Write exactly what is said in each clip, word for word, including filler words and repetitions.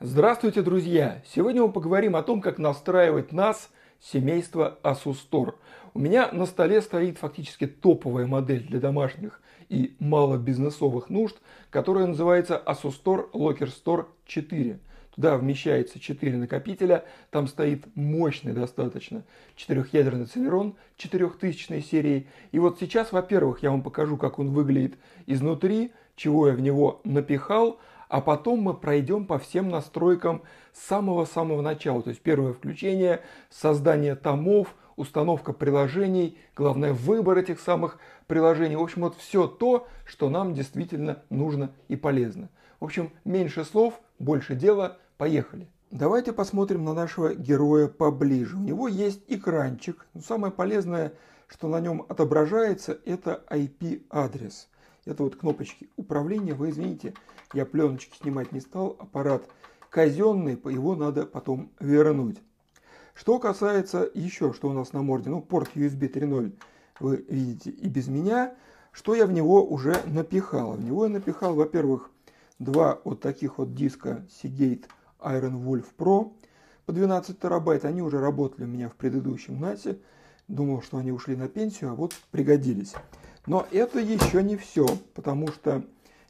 Здравствуйте, друзья! Сегодня мы поговорим о том, как настраивать нас, семейство Asus Store. У меня на столе стоит фактически топовая модель для домашних и малобизнесовых нужд, которая называется Asus Store Locker Store четыре. Туда вмещается четыре накопителя, там стоит мощный достаточно четырехъядерный Celeron четырехтысячной серии. И вот сейчас, во-первых, я вам покажу, как он выглядит изнутри, чего я в него напихал, а потом мы пройдем по всем настройкам с самого-самого начала. То есть первое включение, создание томов, установка приложений, главное выбор этих самых приложений. В общем, вот все то, что нам действительно нужно и полезно. В общем, меньше слов, больше дела. Поехали. Давайте посмотрим на нашего героя поближе. У него есть экранчик. Но самое полезное, что на нем отображается, это ай пи-адрес. Это вот кнопочки управления. Вы извините, я пленочки снимать не стал. Аппарат казенный, его надо потом вернуть. Что касается еще, что у нас на морде, ну порт ю эс би три ноль вы видите и без меня. Что я в него уже напихал? В него я напихал, во-первых, два вот таких вот диска Seagate Iron Wolf Pro по двенадцать терабайт. Они уже работали у меня в предыдущем насе. Думал, что они ушли на пенсию, а вот пригодились. Но это еще не все, потому что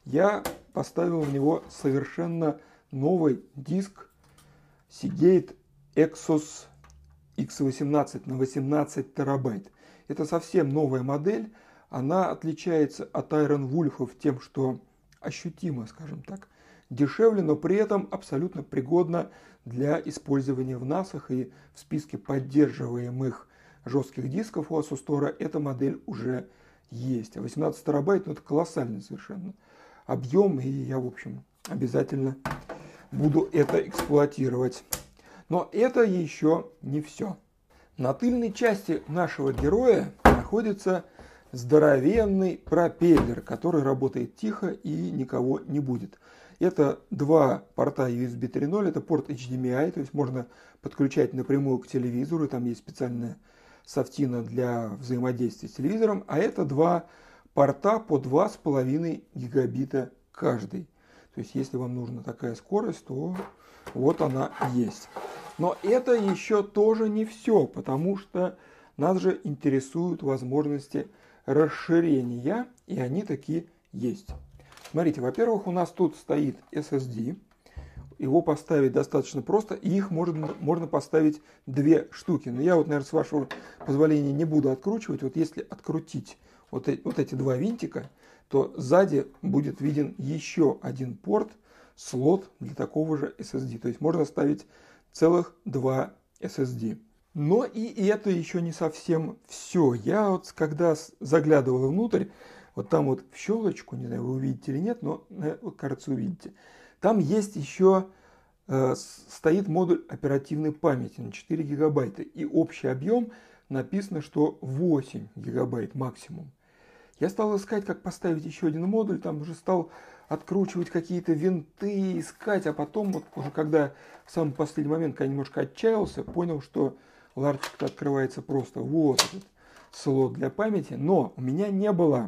я поставил в него совершенно новый диск Seagate Exos икс восемнадцать на восемнадцать терабайт. Это совсем новая модель. Она отличается от Iron Wolf тем, что ощутимо, скажем так, дешевле, но при этом абсолютно пригодна для использования в насах, и в списке поддерживаемых жестких дисков у Asus Store эта модель уже есть. А восемнадцать терабайт, ну, это колоссальный совершенно объем, и я, в общем, обязательно буду это эксплуатировать. Но это еще не все. На тыльной части нашего героя находится здоровенный пропеллер, который работает тихо и никого не будет. Это два порта ю эс би три ноль, это порт эйч ди эм ай, то есть можно подключать напрямую к телевизору, там есть специальная софтина для взаимодействия с телевизором, а это два порта по два с половиной гигабита каждый. То есть если вам нужна такая скорость, то вот она есть. Но это еще тоже не все, потому что нас же интересуют возможности расширения, и они такие есть. Смотрите, во-первых, у нас тут стоит эс эс ди. Его поставить достаточно просто, и их можно, можно поставить две штуки. Но я вот, наверное, с вашего позволения не буду откручивать. Вот если открутить вот, э, вот эти два винтика, то сзади будет виден еще один порт, слот для такого же эс эс ди. То есть можно ставить целых два эс эс ди. Но и это еще не совсем все. Я вот когда заглядывал внутрь, вот там вот в щелочку, не знаю, вы увидите или нет, но, кажется, увидите. Там есть еще, э, стоит модуль оперативной памяти на четыре гигабайта. И общий объем написано, что восемь гигабайт максимум. Я стал искать, как поставить еще один модуль. Там уже стал откручивать какие-то винты, искать. А потом, вот уже когда в самый последний момент, когда немножко отчаялся, понял, что ларчик-то открывается просто. Вот этот слот для памяти. Но у меня не было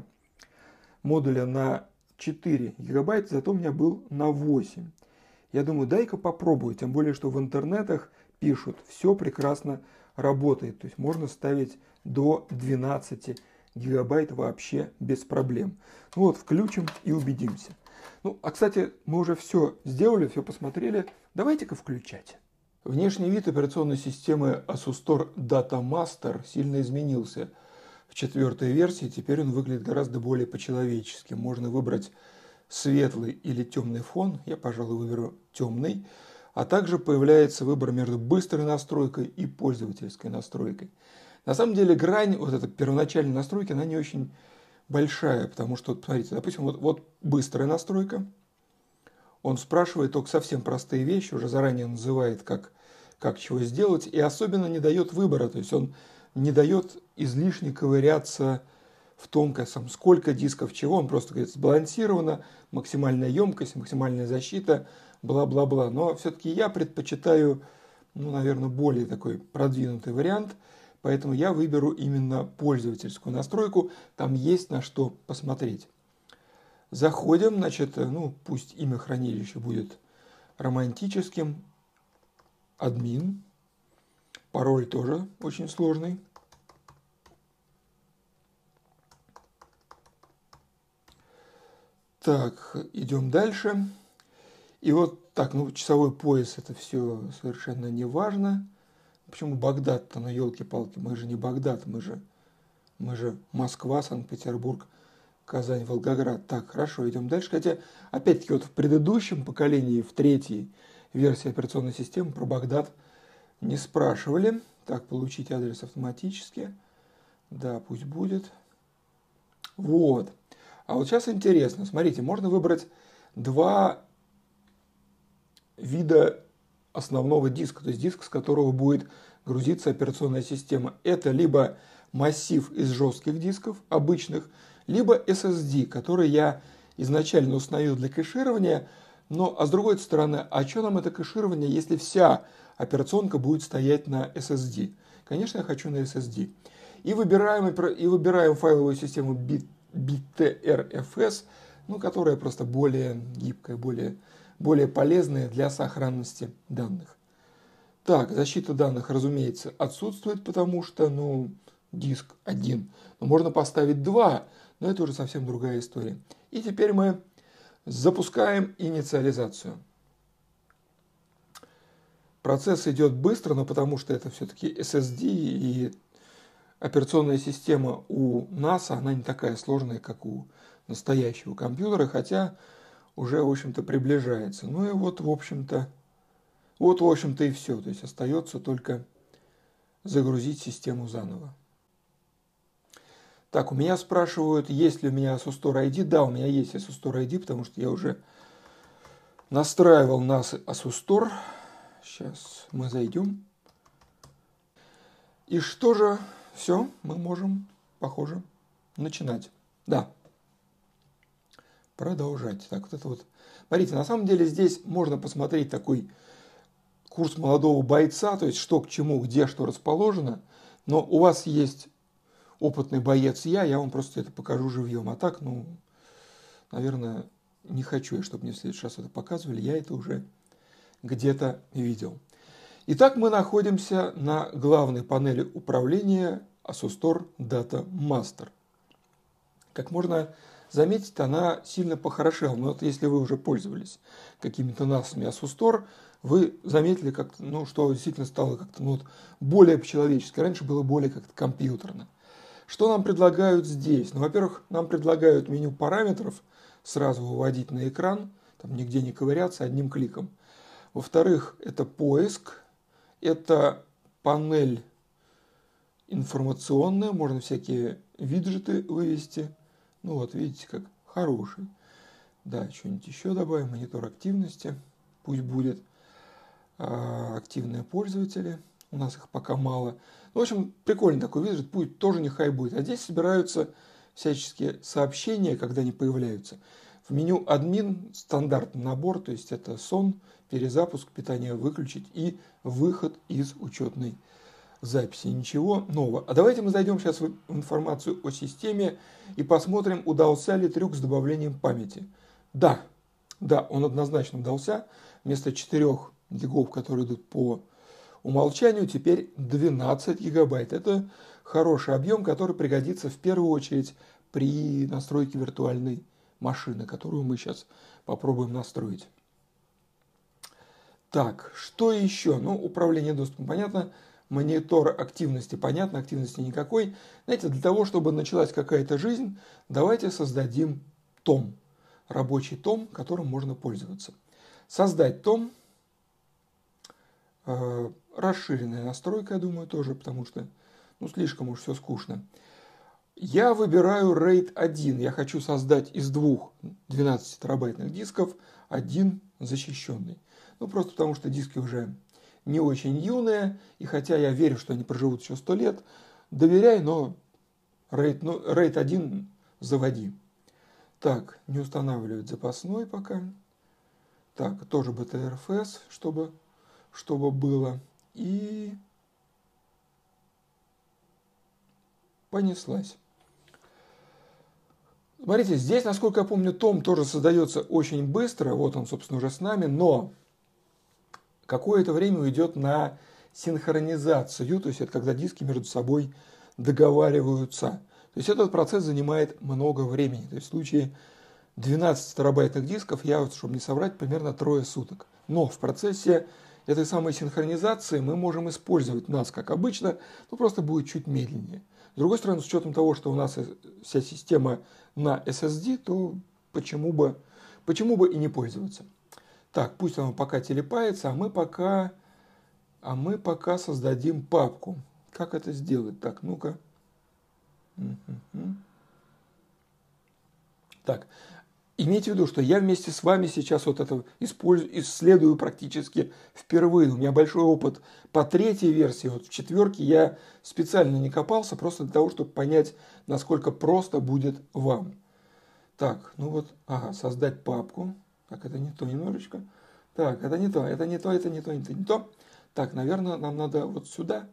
модуля на четыре гигабайта, зато у меня был на восемь. Я думаю, дай-ка попробую, тем более, что в интернетах пишут, все прекрасно работает. То есть можно ставить до двенадцати гигабайт вообще без проблем. Ну вот, включим и убедимся. Ну, а кстати, мы уже все сделали, все посмотрели. Давайте-ка включать. Внешний вид операционной системы Asus Store Data Master сильно изменился в четвертой версии. Теперь он выглядит гораздо более по-человечески. Можно выбрать светлый или темный фон. Я, пожалуй, выберу темный. А также появляется выбор между быстрой настройкой и пользовательской настройкой. На самом деле грань, вот эта первоначальной настройки, она не очень большая. Потому что, смотрите, допустим, вот, вот быстрая настройка. Он спрашивает только совсем простые вещи, уже заранее называет, как, как чего сделать. И особенно не дает выбора. То есть он не дает излишне ковыряться в том, сколько дисков чего. Он просто говорит, сбалансировано, максимальная емкость, максимальная защита, бла-бла-бла. Но все-таки я предпочитаю, ну, наверное, более такой продвинутый вариант. Поэтому я выберу именно пользовательскую настройку. Там есть на что посмотреть. Заходим, значит, ну, пусть имя хранилища будет романтическим. Админ. Пароль тоже очень сложный. Так, идем дальше. И вот так, ну, часовой пояс, это все совершенно не важно. Почему Багдад-то, ну, елки-палки, мы же не Багдад, мы же, мы же Москва, Санкт-Петербург, Казань, Волгоград. Так, хорошо, идем дальше. Хотя, опять-таки, вот в предыдущем поколении, в третьей версии операционной системы про Багдад не спрашивали. Так, получить адрес автоматически. Да, пусть будет. Вот. А вот сейчас интересно. Смотрите, можно выбрать два вида основного диска, то есть диск, с которого будет грузиться операционная система. Это либо массив из жестких дисков, обычных, либо эс эс ди, который я изначально установил для кэширования. Но, а с другой стороны, а что нам это кэширование, если вся операционка будет стоять на эс эс ди? Конечно, я хочу на эс эс ди. И выбираем, и выбираем файловую систему би ти эр эф эс, ну, которая просто более гибкая, более, более полезная для сохранности данных. Так, защита данных, разумеется, отсутствует, потому что, ну, диск один. Но можно поставить два, но это уже совсем другая история. И теперь мы запускаем инициализацию. Процесс идет быстро, но потому что это все-таки эс эс ди, и операционная система у НАСА, она не такая сложная, как у настоящего компьютера, хотя уже, в общем-то, приближается. Ну и вот, в общем-то, вот, в общем-то, и все. То есть остается только загрузить систему заново. Так, у меня спрашивают, есть ли у меня Asustor ай ди. Да, у меня есть Asustor ай ди, потому что я уже настраивал нас Asustor. Сейчас мы зайдем. И что же? Все, мы можем, похоже, начинать. Да. Продолжать. Так, вот это вот. Смотрите, на самом деле здесь можно посмотреть такой курс молодого бойца, то есть что к чему, где что расположено. Но у вас есть опытный боец я, я вам просто это покажу живьем. А так, ну, наверное, не хочу я, чтобы мне в следующий раз это показывали. Я это уже где-то видел. Итак, мы находимся на главной панели управления Asustor Data Master. Как можно заметить, она сильно похорошела. Но вот если вы уже пользовались какими-то насами Asustor, вы заметили, как, ну, что действительно стало как-то, ну, вот, более по-человечески. Раньше было более как-то компьютерно. Что нам предлагают здесь? Ну, во-первых, нам предлагают меню параметров сразу выводить на экран, там нигде не ковыряться, одним кликом. Во-вторых, это поиск, это панель информационная, можно всякие виджеты вывести. Ну вот, видите, как хороший. Да, что-нибудь еще добавим, монитор активности, пусть будет. А, активные пользователи, у нас их пока мало. Ну, в общем, прикольный такой виджет, пусть тоже не хай будет. А здесь собираются всяческие сообщения, когда они появляются. В меню админ стандартный набор, то есть это сон, перезапуск, питание выключить и выход из учетной записи. Ничего нового. А давайте мы зайдем сейчас в информацию о системе и посмотрим, удался ли трюк с добавлением памяти. Да, да, он однозначно удался. Вместо четырёх гигов, которые идут по умолчанию, теперь двенадцать гигабайт. Это хороший объем, который пригодится в первую очередь при настройке виртуальной машины, которую мы сейчас попробуем настроить. Так, что еще? Ну, управление доступом понятно. Монитор активности понятно, активности никакой. Знаете, для того, чтобы началась какая-то жизнь, давайте создадим том. Рабочий том, которым можно пользоваться. Создать том. Э, расширенная настройка, я думаю, тоже, потому что, ну, слишком уж все скучно. Я выбираю рейд один. Я хочу создать из двух двенадцатитерабайтных дисков один защищенный. Ну, просто потому что диски уже не очень юные, и хотя я верю, что они проживут еще сто лет, доверяй, но рейд, ну, рейд один заводи. Так, не устанавливать запасной пока. Так, тоже би ти эр эф эс, чтобы, чтобы было. И понеслась. Смотрите, здесь, насколько я помню, том тоже создается очень быстро. Вот он, собственно, уже с нами. Но какое-то время уйдет на синхронизацию, то есть это когда диски между собой договариваются. То есть этот процесс занимает много времени. То есть в случае двенадцати терабайтных дисков я, вот, чтобы не соврать, примерно трое суток. Но в процессе этой самой синхронизации мы можем использовать нас как обычно, но просто будет чуть медленнее. С другой стороны, с учетом того, что у нас вся система на эс эс ди, то почему бы, почему бы и не пользоваться. Так, пусть оно пока телепается, а мы пока, а мы пока создадим папку. Как это сделать? Так, ну-ка. Так, имейте в виду, что я вместе с вами сейчас вот это использую, исследую практически впервые. У меня большой опыт по третьей версии. Вот в четверке я специально не копался, просто для того, чтобы понять, насколько просто будет вам. Так, ну вот, ага, создать папку. Так, это не то немножечко. Так, это не то, это не то, это не то, это не то. Так, наверное, нам надо вот сюда.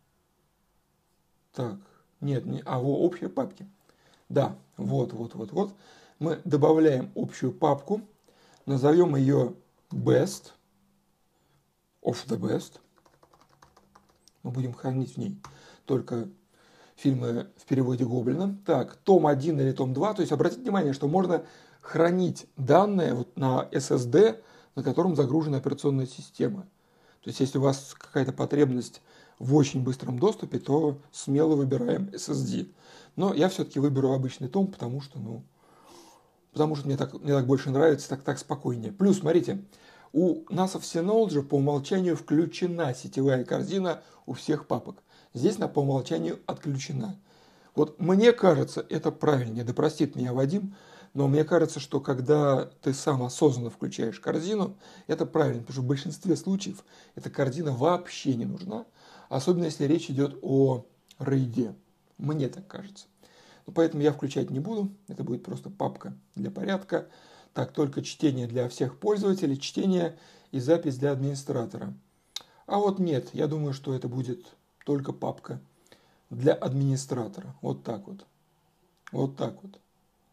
Так, нет, не, а во, общие папки. Да, вот, вот, вот, вот. Мы добавляем общую папку, назовем ее best of the best. Мы будем хранить в ней только фильмы в переводе Гоблина. Так, том один или том два. То есть обратите внимание, что можно хранить данные вот на эс эс ди, на котором загружена операционная система. То есть если у вас какая-то потребность в очень быстром доступе, то смело выбираем эс эс ди. Но я все-таки выберу обычный том, потому что, ну, потому что мне так, мне так больше нравится, так, так спокойнее. Плюс, смотрите, у нас в Synology по умолчанию включена сетевая корзина у всех папок. Здесь она по умолчанию отключена. Вот мне кажется, это правильнее. Да простит меня Вадим, но мне кажется, что когда ты сам осознанно включаешь корзину, это правильно, потому что в большинстве случаев эта корзина вообще не нужна. Особенно если речь идет о рейде. Мне так кажется. Но поэтому я включать не буду. Это будет просто папка для порядка. Так, только чтение для всех пользователей, чтение и запись для администратора. А вот нет, я думаю, что это будет только папка для администратора. Вот так вот. Вот так вот.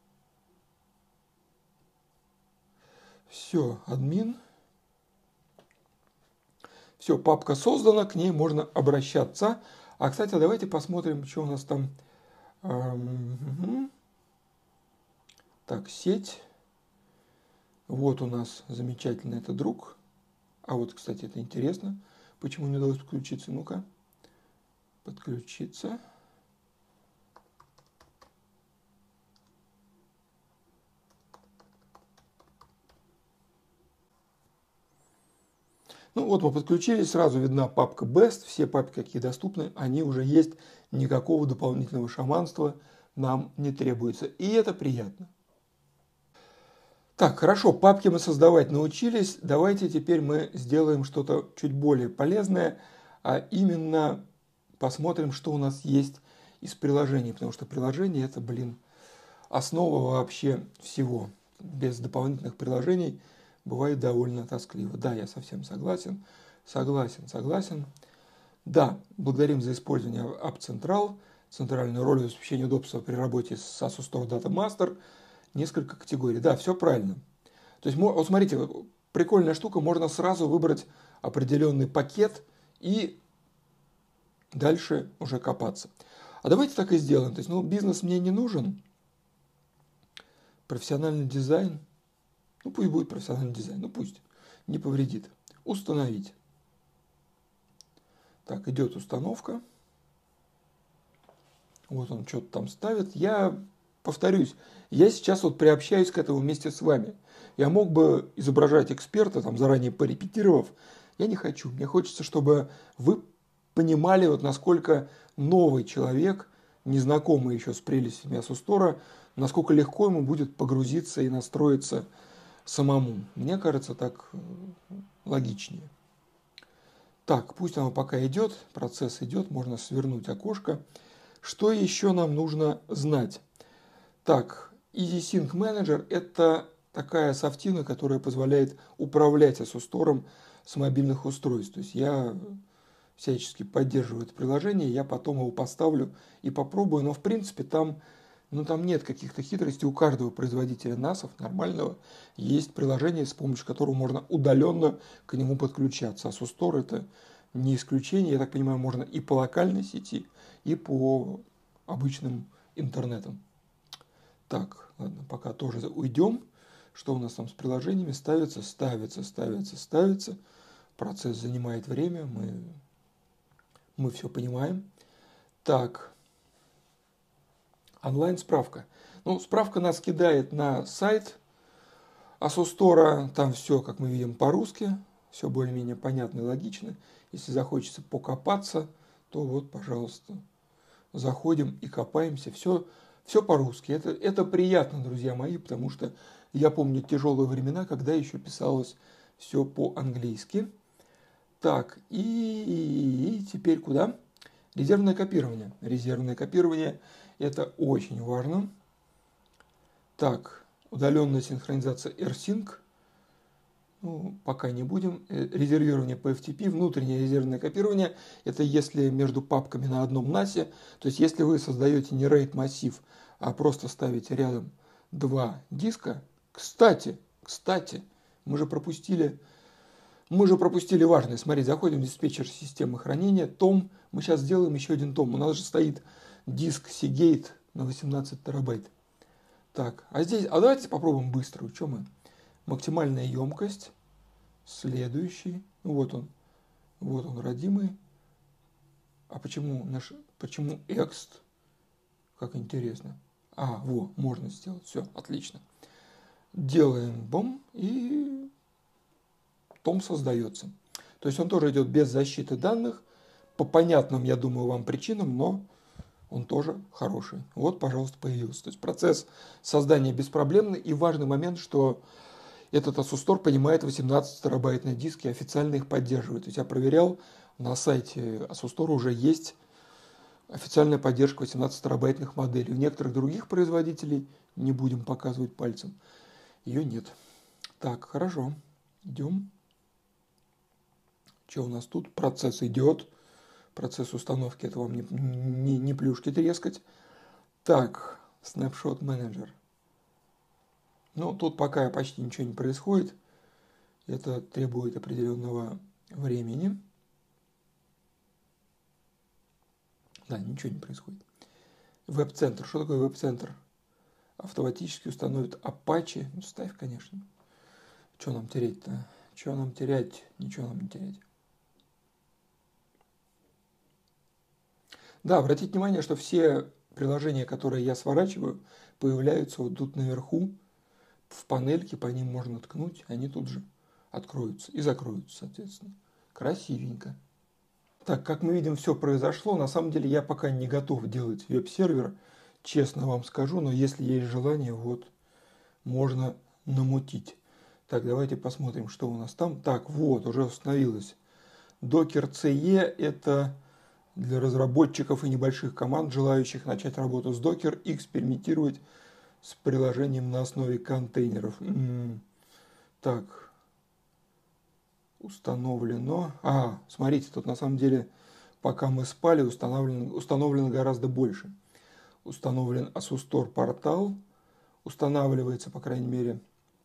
Все, админ. Все, папка создана, к ней можно обращаться. А, кстати, давайте посмотрим, что у нас там. Так, сеть. Вот у нас замечательный это друг. А вот, кстати, это интересно. Почему не удалось подключиться? Ну-ка. Подключиться. Ну вот мы подключились, сразу видна папка Best, все папки, какие доступны, они уже есть, никакого дополнительного шаманства нам не требуется. И это приятно. Так, хорошо, папки мы создавать научились, давайте теперь мы сделаем что-то чуть более полезное, а именно посмотрим, что у нас есть из приложений, потому что приложение это, блин, основа вообще всего. Без дополнительных приложений бывает довольно тоскливо. Да, я совсем согласен. Согласен, согласен. Да, благодарим за использование App Central, центральную роль в обеспечении удобства при работе с Asus Store Data Master. Несколько категорий. Да, все правильно. То есть, вот смотрите, прикольная штука, можно сразу выбрать определенный пакет и дальше уже копаться. А давайте так и сделаем. То есть, ну, бизнес мне не нужен. Профессиональный дизайн. Ну, пусть будет профессиональный дизайн. Ну, пусть. Не повредит. Установить. Так, идет установка. Вот он что-то там ставит. Я повторюсь, я сейчас вот приобщаюсь к этому вместе с вами. Я мог бы изображать эксперта, там заранее порепетировав. Я не хочу. Мне хочется, чтобы вы понимали, вот насколько новый человек, незнакомый еще с прелестями Asus Store, насколько легко ему будет погрузиться и настроиться самому. Мне кажется, так логичнее. Так, пусть оно пока идет, процесс идет, можно свернуть окошко. Что еще нам нужно знать? Так, EasySync Manager – это такая софтина, которая позволяет управлять Asus Store с мобильных устройств. То есть я всячески поддерживаю это приложение, я потом его поставлю и попробую, но в принципе там Но там нет каких-то хитростей. У каждого производителя насов нормального есть приложение, с помощью которого можно удаленно к нему подключаться. Asus Store это не исключение. Я так понимаю, можно и по локальной сети, и по обычным интернетам. Так, ладно, пока тоже уйдем. Что у нас там с приложениями? Ставится, ставится, ставится, ставится. Процесс занимает время, мы, мы все понимаем. Так, онлайн-справка. Ну, справка нас кидает на сайт Asus Store. Там все, как мы видим, по-русски. Все более-менее понятно и логично. Если захочется покопаться, то вот, пожалуйста, заходим и копаемся. Все, все по-русски. Это, это приятно, друзья мои, потому что я помню тяжелые времена, когда еще писалось все по-английски. Так, и, и теперь куда? Резервное копирование. Резервное копирование – это очень важно. Так, удаленная синхронизация AirSync. Ну, пока не будем. Резервирование по эф ти пи, внутреннее резервное копирование – это если между папками на одном насе, то есть если вы создаете не RAID массив, а просто ставите рядом два диска. Кстати, кстати, мы же пропустили, мы же пропустили важное. Смотри, заходим в диспетчер системы хранения, том. Мы сейчас сделаем еще один том. У нас же стоит диск Seagate на восемнадцать терабайт. Так, а здесь, а давайте попробуем быстро. Что мы? Максимальная емкость. Следующий. Ну, вот он. Вот он, родимый. А почему наш, почему экст? Как интересно. А, во, можно сделать. Все, отлично. Делаем бом, и том создается. То есть он тоже идет без защиты данных. По понятным, я думаю, вам причинам, но он тоже хороший. Вот, пожалуйста, появился. То есть процесс создания беспроблемный. И важный момент, что этот Asus Store понимает восемнадцать терабайтные диски, официально их поддерживает. То есть я проверял, на сайте Asus Store уже есть официальная поддержка восемнадцати терабайтных моделей. У некоторых других производителей, не будем показывать пальцем, ее нет. Так, хорошо. Идем. Что у нас тут? Процесс идет. Процесс установки, это вам не, не, не плюшки трескать. Так, Snapshot Manager. Ну, тут пока почти ничего не происходит. Это требует определенного времени. Да, ничего не происходит. Веб-центр. Что такое веб-центр? Автоматически установит Apache. Ну, ставь, конечно. Что нам терять-то? Что нам терять? Ничего нам не терять. Да, обратите внимание, что все приложения, которые я сворачиваю, появляются вот тут наверху, в панельке, по ним можно ткнуть, они тут же откроются и закроются, соответственно. Красивенько. Так, как мы видим, все произошло. На самом деле я пока не готов делать веб-сервер, честно вам скажу, но если есть желание, вот, можно намутить. Так, давайте посмотрим, что у нас там. Так, вот, уже установилось. Docker си и это для разработчиков и небольших команд, желающих начать работу с Docker и экспериментировать с приложением на основе контейнеров. М-м. Так, установлено. А, смотрите, тут на самом деле, пока мы спали, установлено, установлено гораздо больше. Установлен Asus Store портал, устанавливается, по крайней мере.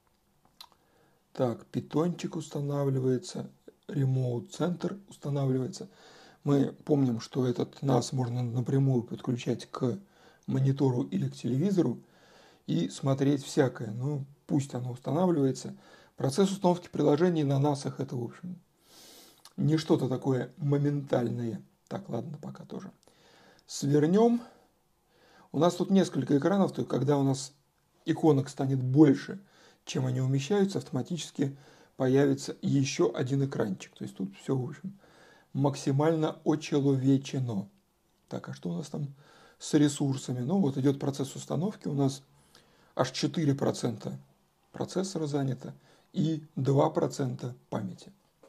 Так, питончик устанавливается, Remote Center устанавливается. Мы помним, что этот нас можно напрямую подключать к монитору или к телевизору и смотреть всякое. Ну, пусть оно устанавливается. Процесс установки приложений на насах это, в общем, не что-то такое моментальное. Так, ладно, пока тоже. Свернем. У нас тут несколько экранов, то есть когда у нас иконок станет больше, чем они умещаются, автоматически появится еще один экранчик. То есть тут все, в общем, максимально очеловечено. Так, а что у нас там с ресурсами? Ну, вот идет процесс установки. У нас аж четыре процента процессора занято и два процента памяти.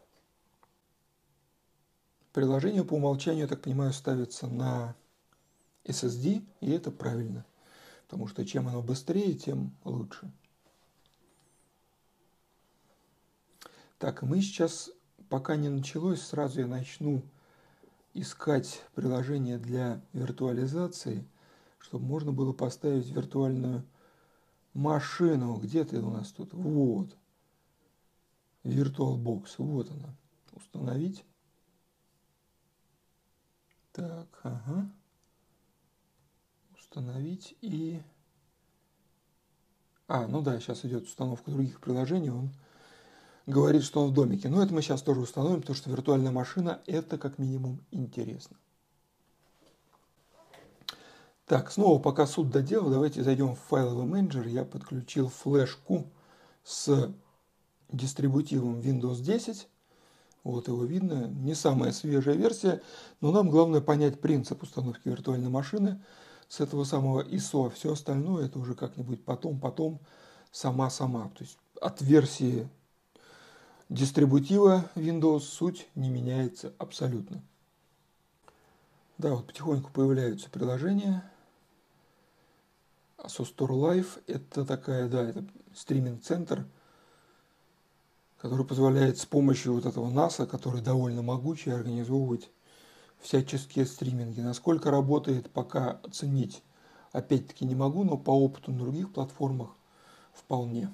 Приложение по умолчанию, я так понимаю, ставится на эс эс ди, и это правильно. Потому что чем оно быстрее, тем лучше. Так, мы сейчас, пока не началось, сразу я начну искать приложение для виртуализации, чтобы можно было поставить виртуальную машину. Где ты у нас тут? Вот. VirtualBox. Вот она. Установить. Так, ага. Установить и... А, ну да, сейчас идет установка других приложений. Он говорит, что он в домике. Но это мы сейчас тоже установим, потому что виртуальная машина – это как минимум интересно. Так, снова пока суд доделал, давайте зайдем в файловый менеджер. Я подключил флешку с дистрибутивом Windows десять. Вот его видно. Не самая свежая версия, но нам главное понять принцип установки виртуальной машины с этого самого ай эс о. Все остальное это уже как-нибудь потом, потом, сама-сама. То есть от версии дистрибутива Windows суть не меняется абсолютно. Да, вот потихоньку появляются приложения. ASUSTOR Live – это такая, да, это стриминг-центр, который позволяет с помощью вот этого НАСа, который довольно могучий, организовывать всяческие стриминги. Насколько работает, пока оценить опять-таки не могу, но по опыту на других платформах вполне.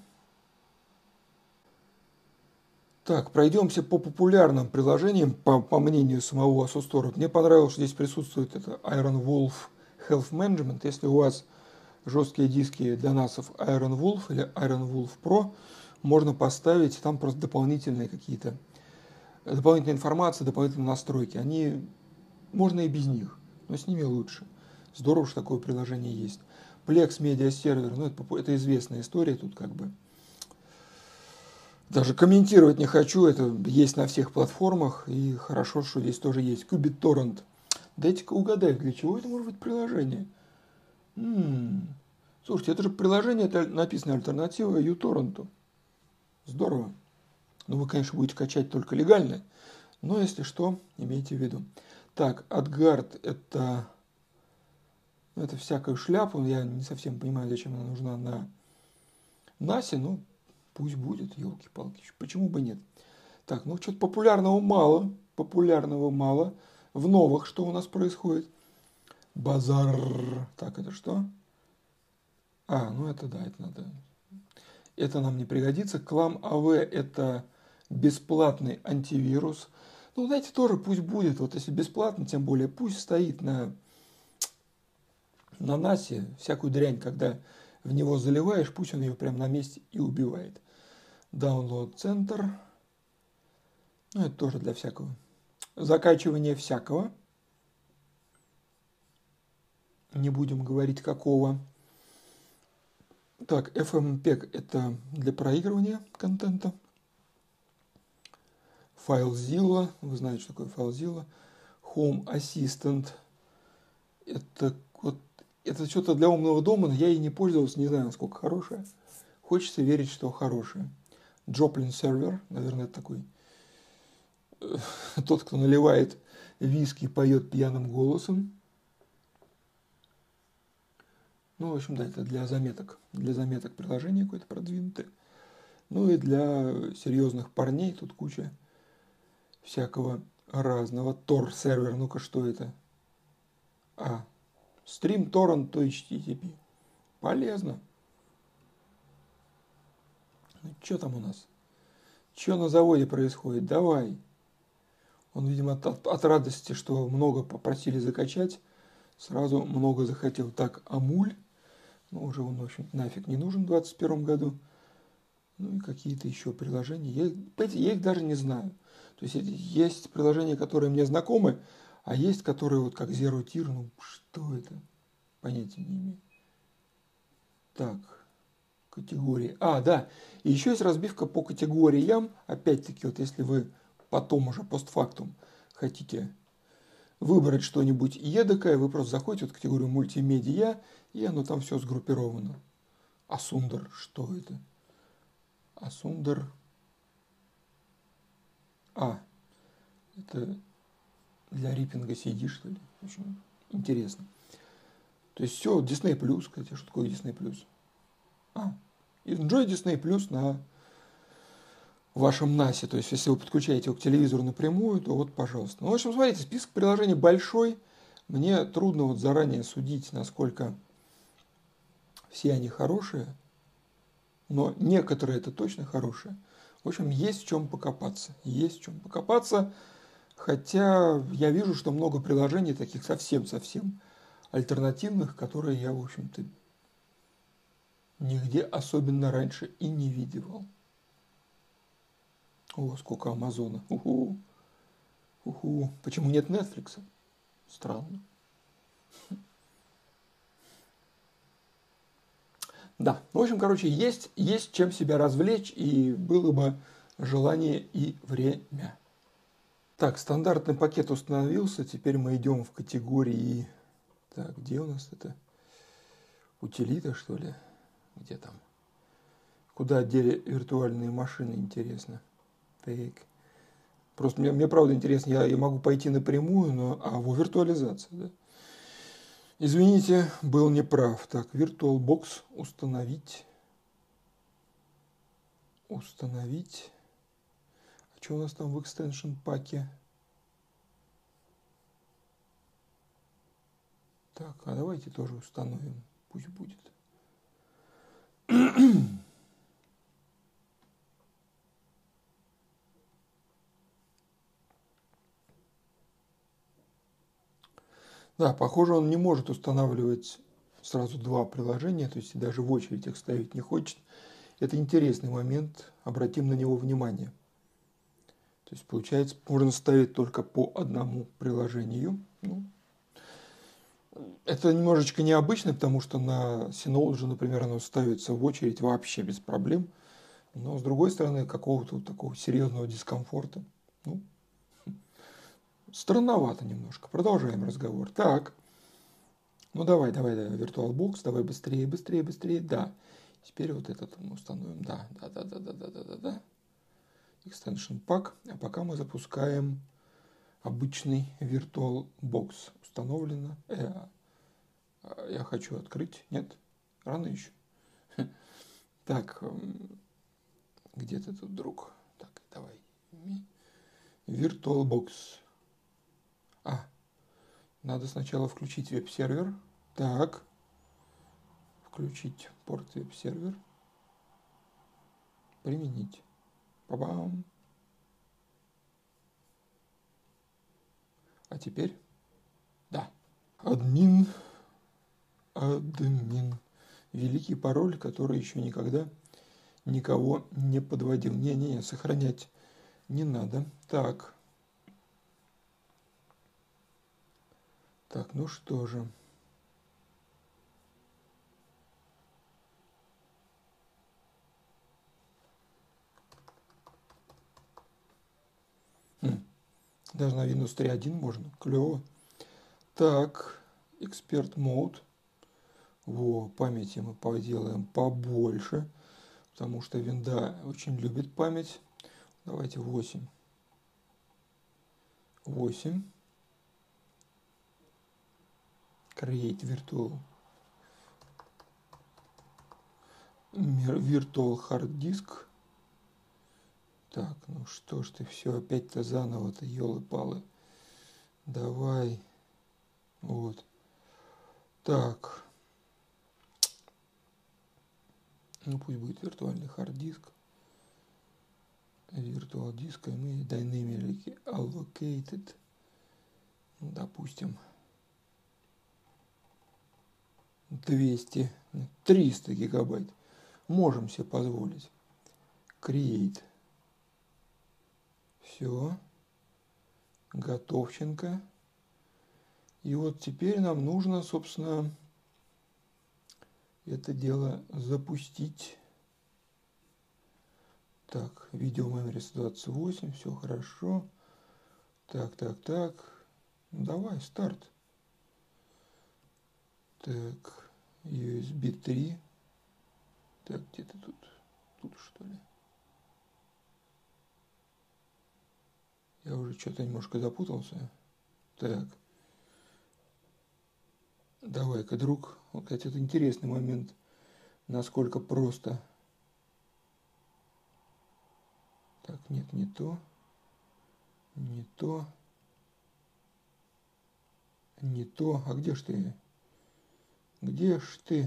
Так, пройдемся по популярным приложениям, по, по мнению самого ASUSTOR. Мне понравилось, что здесь присутствует это Iron Wolf Health Management. Если у вас жесткие диски для насов Iron Wolf или Iron Wolf Pro, можно поставить там просто дополнительные какие-то, дополнительная информация, дополнительные настройки. Они, можно и без них, но с ними лучше. Здорово, что такое приложение есть. Plex Media Server, ну это, это известная история, тут как бы даже комментировать не хочу, это есть на всех платформах, и хорошо, что здесь тоже есть. QBitTorrent. Дайте-ка угадать, для чего это может быть приложение? М-м-м. Слушайте, это же приложение, это написано альтернатива uTorrent. Здорово. Ну, вы, конечно, будете качать только легально, но если что, имейте в виду. Так, AdGuard это, это всякая шляпа, я не совсем понимаю, зачем она нужна на насе, ну, пусть будет, елки-палки, почему бы нет. Так, ну, что-то популярного мало, популярного мало. В новых что у нас происходит? Базар. Так, это что? А, ну это да, это надо... Это нам не пригодится. Clam эй ви это бесплатный антивирус. Ну, знаете, тоже пусть будет. Вот если бесплатно, тем более пусть стоит на, на насе всякую дрянь, когда в него заливаешь, пусть он ее прямо на месте и убивает. Download Center. Ну, это тоже для всякого. Закачивание всякого. Не будем говорить какого. Так, эф эм пег это для проигрывания контента. FileZilla, вы знаете, что такое FileZilla. Home Assistant, это вот это что-то для умного дома, но я ей не пользовался, не знаю, насколько хорошая. Хочется верить, что хорошая. Joplin Server, наверное, это такой тот, кто наливает виски и поет пьяным голосом. Ну, в общем, да, это для заметок. Для заметок приложение какое-то продвинутое. Ну и для серьезных парней тут куча всякого разного. Tor сервер, ну-ка, что это? А, Stream Torrent to эйч ти ти пи. Полезно. Ну, что там у нас? Что на заводе происходит? Давай. Он, видимо, от, от радости, что много попросили закачать, сразу много захотел. Так, Амуль. Ну, уже он, в общем, нафиг не нужен в двадцать первом году. Ну, и какие-то еще приложения. Я, понимаете, я их даже не знаю. То есть, есть приложения, которые мне знакомы, а есть, которые вот как Zero Tier, ну, что это? Понятия не имею. Так, категории. А, да, и еще есть разбивка по категориям. Опять-таки, вот если вы потом уже постфактум хотите выбрать что-нибудь едокое, вы просто заходите в категорию мультимедиа, и оно там все сгруппировано. Асундер, что это? Асундер. А, это для риппинга си ди, что ли? Очень интересно. То есть все, Disney+, кстати, что такое Disney+? А, Enjoy Disney+ на вашем насе. То есть, если вы подключаете его к телевизору напрямую, то вот, пожалуйста. Ну, в общем, смотрите, список приложений большой, Мне трудно вот заранее судить, насколько все они хорошие, но некоторые это точно хорошие. В общем, есть в чем покопаться. Есть в чем покопаться, хотя я вижу, что много приложений таких совсем-совсем альтернативных, которые я, в общем-то, нигде особенно раньше и не видел. О, сколько Амазона. Уху. Уху. Почему нет Netflix? Странно. Да, в общем, короче, есть, есть чем себя развлечь, и было бы желание и время. Так, стандартный пакет установился, теперь мы идем в категории... Так, где у нас это? Утилита, что ли? Где там? Куда одели виртуальные машины, интересно. Так. Просто мне, мне правда интересно, я, я могу пойти напрямую, но... А, во, виртуализация, да? Извините, был неправ. Так, VirtualBox установить. Установить. А что у нас там в экстеншн паке? Так, а давайте тоже установим. Пусть будет. Да, похоже, он не может устанавливать сразу два приложения, то есть даже в очередь их ставить не хочет. Это интересный момент, обратим на него внимание. То есть, получается, можно ставить только по одному приложению. Ну, это немножечко необычно, потому что на Synology, например, оно ставится в очередь вообще без проблем. Но, с другой стороны, какого-то вот такого серьезного дискомфорта. Ну, странновато немножко. Продолжаем разговор. Так. Ну, давай, давай, давай, VirtualBox, давай быстрее, быстрее, быстрее. Да. Теперь вот этот мы установим. Да, да, да, да, да, да, да, да, да. Extension Pack. А пока мы запускаем обычный VirtualBox. Установлено. Э, я хочу открыть. Нет? Рано еще. Так, где ты тут, друг? Так, давай. VirtualBox. А, надо сначала включить веб-сервер. Так. Включить порт веб-сервер. Применить. Па-бам. А теперь? Да. Админ. Админ. Великий пароль, который еще никогда никого не подводил. Не-не-не, сохранять не надо. Так. Так, ну что же. Хм. Даже на Windows три точка один можно. Клево. Так. Эксперт мод. Во, памяти мы поделаем побольше. Потому что винда очень любит память. Давайте восемь. восемь. Create virtual. Virtual hard disk. Так, ну что ж ты все опять-то заново-то, елы-палы. Давай. Вот. Так. Ну пусть будет виртуальный hard диск. Virtual disk, и мы dynamically allocated. Допустим. двести, триста гигабайт. Можем себе позволить. Create. Все. Готовченко. И вот теперь нам нужно, собственно, это дело запустить. Так, видео memory сто двадцать восемь, все хорошо. Так, так, так. Ну, давай, старт. Так, ю эс би три. Так, где-то тут, тут что ли? Я уже что-то немножко запутался. Так. Давай-ка, друг. Вот, кстати, это интересный момент. Насколько просто. Так, нет, не то. Не то. Не то. А где ж ты? Где ж ты?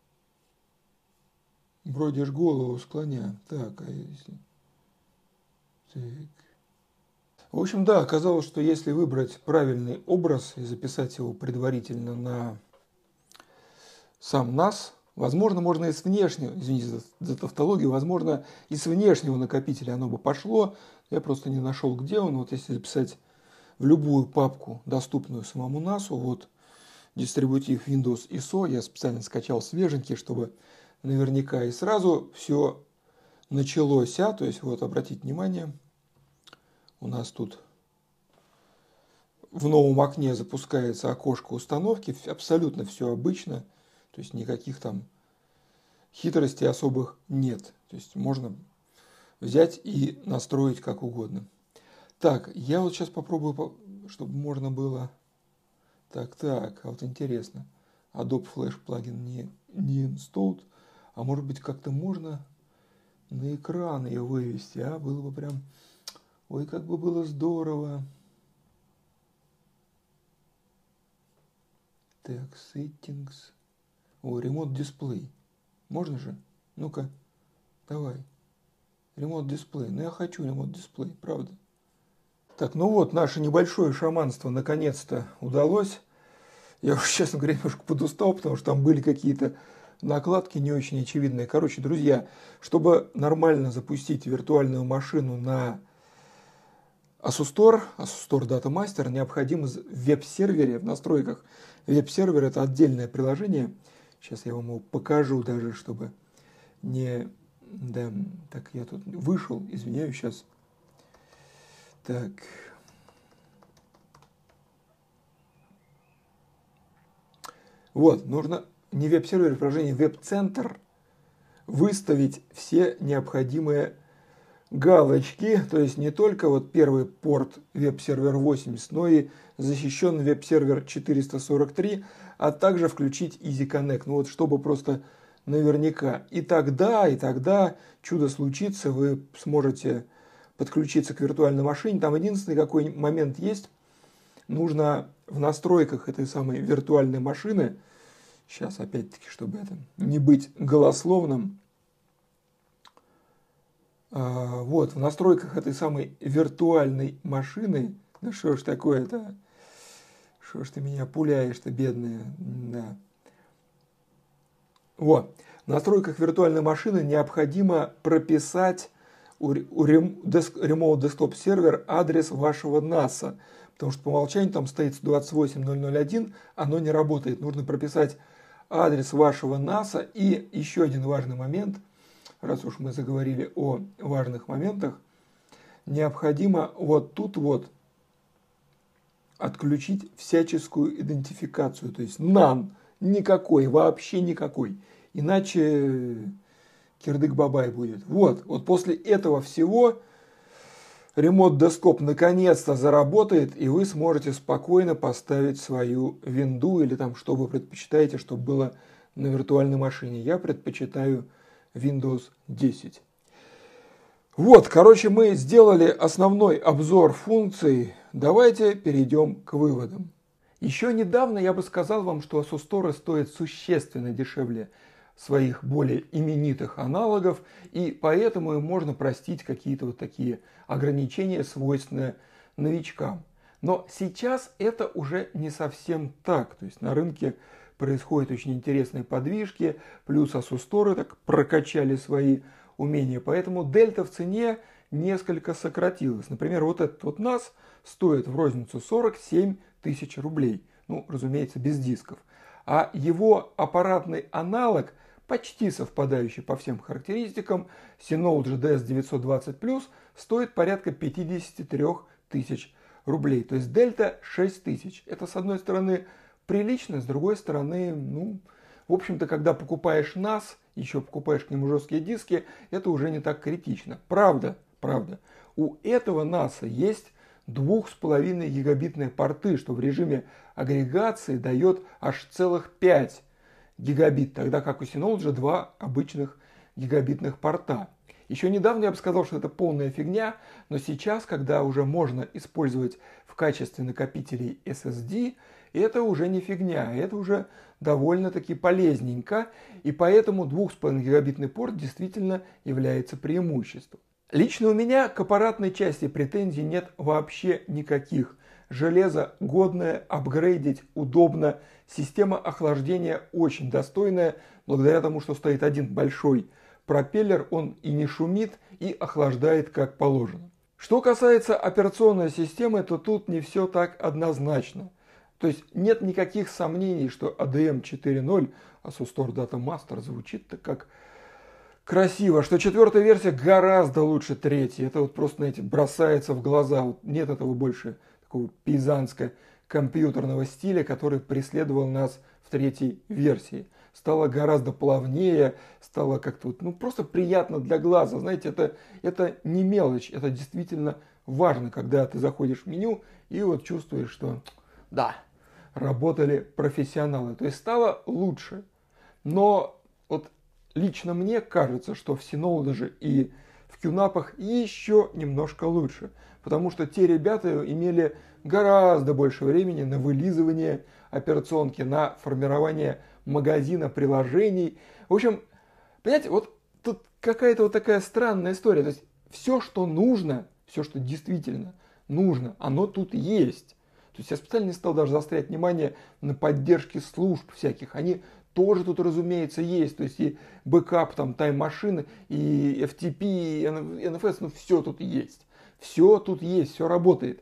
Бродишь голову склоня. Так, а если... Так. В общем, да, оказалось, что если выбрать правильный образ и записать его предварительно на сам нас, возможно, можно и с внешнего, извините за, за тавтологию, возможно, и с внешнего накопителя оно бы пошло. Я просто не нашел, где он. Вот если записать в любую папку, доступную самому насу, вот дистрибутив Windows ай эс о, я специально скачал свеженький, чтобы наверняка и сразу все началось. А, то есть, вот, обратите внимание, у нас тут в новом окне запускается окошко установки, абсолютно все обычно, то есть никаких там хитростей особых нет. То есть можно взять и настроить как угодно. Так, я вот сейчас попробую, чтобы можно было... Так, так, а вот интересно. Adobe Flash плагин не, не installed. А может быть, как-то можно на экран ее вывести, а? Было бы прям... Ой, как бы было здорово. Так, settings. О, Remote Display. Можно же? Ну-ка, давай. Remote Display. Ну, я хочу Remote Display, правда. Так, ну вот, наше небольшое шаманство наконец-то удалось. Я уж, честно говоря, немножко подустал, потому что там были какие-то накладки не очень очевидные. Короче, друзья, чтобы нормально запустить виртуальную машину на Asustor, Asustor Data Master, необходимо в веб-сервере, в настройках веб-сервера, это отдельное приложение. Сейчас я вам его покажу даже, чтобы не... Да, так, я тут вышел, извиняюсь сейчас. Так. Вот, нужно не веб-сервер, приложение веб-центр, выставить все необходимые галочки, то есть не только вот первый порт веб-сервер восемьдесят, но и защищенный веб-сервер четыреста сорок три, а также включить Easy Connect, ну вот чтобы просто наверняка. И тогда, и тогда чудо случится, вы сможете подключиться к виртуальной машине. Там единственный какой момент есть, нужно в настройках этой самой виртуальной машины, сейчас опять-таки, чтобы это не быть голословным, вот, в настройках этой самой виртуальной машины, да что ж такое-то, что ж ты меня пуляешь-то, бедная, да. Вот, в настройках виртуальной машины необходимо прописать у Remote Desktop Server адрес вашего наса, потому что по умолчанию там стоит сто двадцать восемь точка ноль ноль один, оно не работает. Нужно прописать адрес вашего наса. И еще один важный момент, раз уж мы заговорили о важных моментах, необходимо вот тут вот отключить всяческую идентификацию, то есть нан, никакой, вообще никакой, иначе кирдык-бабай будет. Вот, вот после этого всего Remote Desktop наконец-то заработает, и вы сможете спокойно поставить свою винду или там, что вы предпочитаете, чтобы было на виртуальной машине. Я предпочитаю Windows десять. Вот, короче, мы сделали основной обзор функций. Давайте перейдем к выводам. Еще недавно я бы сказал вам, что Asustor стоит существенно дешевле своих более именитых аналогов, и поэтому им можно простить какие-то вот такие ограничения, свойственные новичкам. Но сейчас это уже не совсем так. То есть на рынке происходят очень интересные подвижки, плюс Asustor так прокачали свои умения, поэтому дельта в цене несколько сократилась. Например, вот этот вот нас стоит в розницу сорок семь тысяч рублей. Ну, разумеется, без дисков. А его аппаратный аналог, почти совпадающий по всем характеристикам, Synology ди эс девятьсот двадцать плюс, стоит порядка пятьдесят три тысячи рублей. То есть дельта шесть тысяч. Это, с одной стороны, прилично, с другой стороны, ну, в общем-то, когда покупаешь нас, еще покупаешь к нему жесткие диски, это уже не так критично. Правда, правда. У этого наса есть два с половиной гигабитные порты, что в режиме агрегации дает аж целых пять гигабит, тогда как у Synology два обычных гигабитных порта. Еще недавно я бы сказал, что это полная фигня, но сейчас, когда уже можно использовать в качестве накопителей эс эс ди, это уже не фигня, это уже довольно-таки полезненько, и поэтому двух с половиной гигабитный порт действительно является преимуществом. Лично у меня к аппаратной части претензий нет вообще никаких. Железо годное, апгрейдить удобно, система охлаждения очень достойная, благодаря тому, что стоит один большой пропеллер, он и не шумит, и охлаждает как положено. Что касается операционной системы, то тут не все так однозначно. То есть нет никаких сомнений, что эй ди эм четыре ноль, Asus Tor Data Master, звучит-то как красиво, что четвертая версия гораздо лучше третьей. Это вот просто, знаете, бросается в глаза. Вот нет этого больше такого пейзанско-компьютерного стиля, который преследовал нас в третьей версии. Стало гораздо плавнее, стало как-то вот, ну, просто приятно для глаза. Знаете, это, это не мелочь, это действительно важно, когда ты заходишь в меню и вот чувствуешь, что да, работали профессионалы. То есть стало лучше. Но вот лично мне кажется, что в Synology и в QNAP еще немножко лучше. Потому что те ребята имели гораздо больше времени на вылизывание операционки, на формирование магазина приложений. В общем, понимаете, вот тут какая-то вот такая странная история. То есть все, что нужно, все, что действительно нужно, оно тут есть. То есть я специально не стал даже заострять внимание на поддержке служб всяких. Они тоже тут, разумеется, есть. То есть и бэкап, там, тайм-машины, и эф ти пи, и эн эф эс, ну все тут есть. Все тут есть, все работает.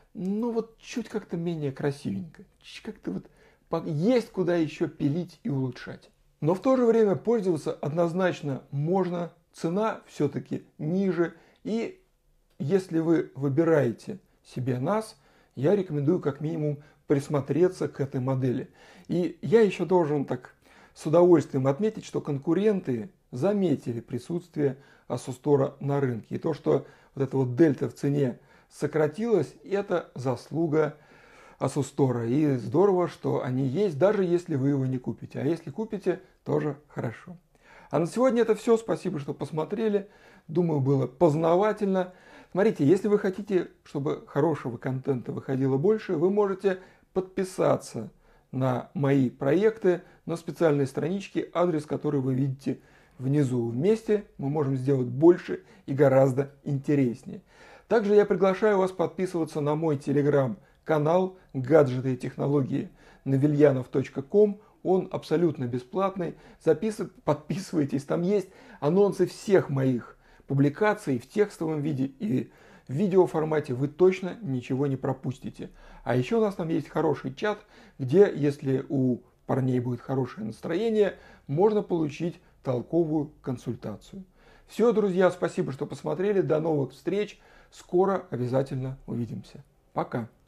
Ну вот чуть как-то менее красивенько. Как-то вот есть куда еще пилить и улучшать. Но в то же время пользоваться однозначно можно. Цена все-таки ниже. И если вы выбираете себе нас, я рекомендую как минимум присмотреться к этой модели. И я еще должен так с удовольствием отметить, что конкуренты заметили присутствие Asus Tor на рынке. И то, что вот эта вот дельта в цене сократилась, это заслуга Asus Tor. И здорово, что они есть, даже если вы его не купите. А если купите, тоже хорошо. А на сегодня это все. Спасибо, что посмотрели. Думаю, было познавательно. Смотрите, если вы хотите, чтобы хорошего контента выходило больше, вы можете подписаться на мои проекты на специальной страничке, адрес который вы видите внизу. Вместе мы можем сделать больше и гораздо интереснее. Также я приглашаю вас подписываться на мой телеграм-канал «Гаджеты и технологии» на вильянов точка ком. Он абсолютно бесплатный. Записывайтесь, подписывайтесь. Там есть анонсы всех моих публикаций в текстовом виде и в видеоформате. Вы точно ничего не пропустите. А еще у нас там есть хороший чат, где, если у парней будет хорошее настроение, можно получить толковую консультацию. Все, друзья, спасибо, что посмотрели. До новых встреч. Скоро обязательно увидимся. Пока.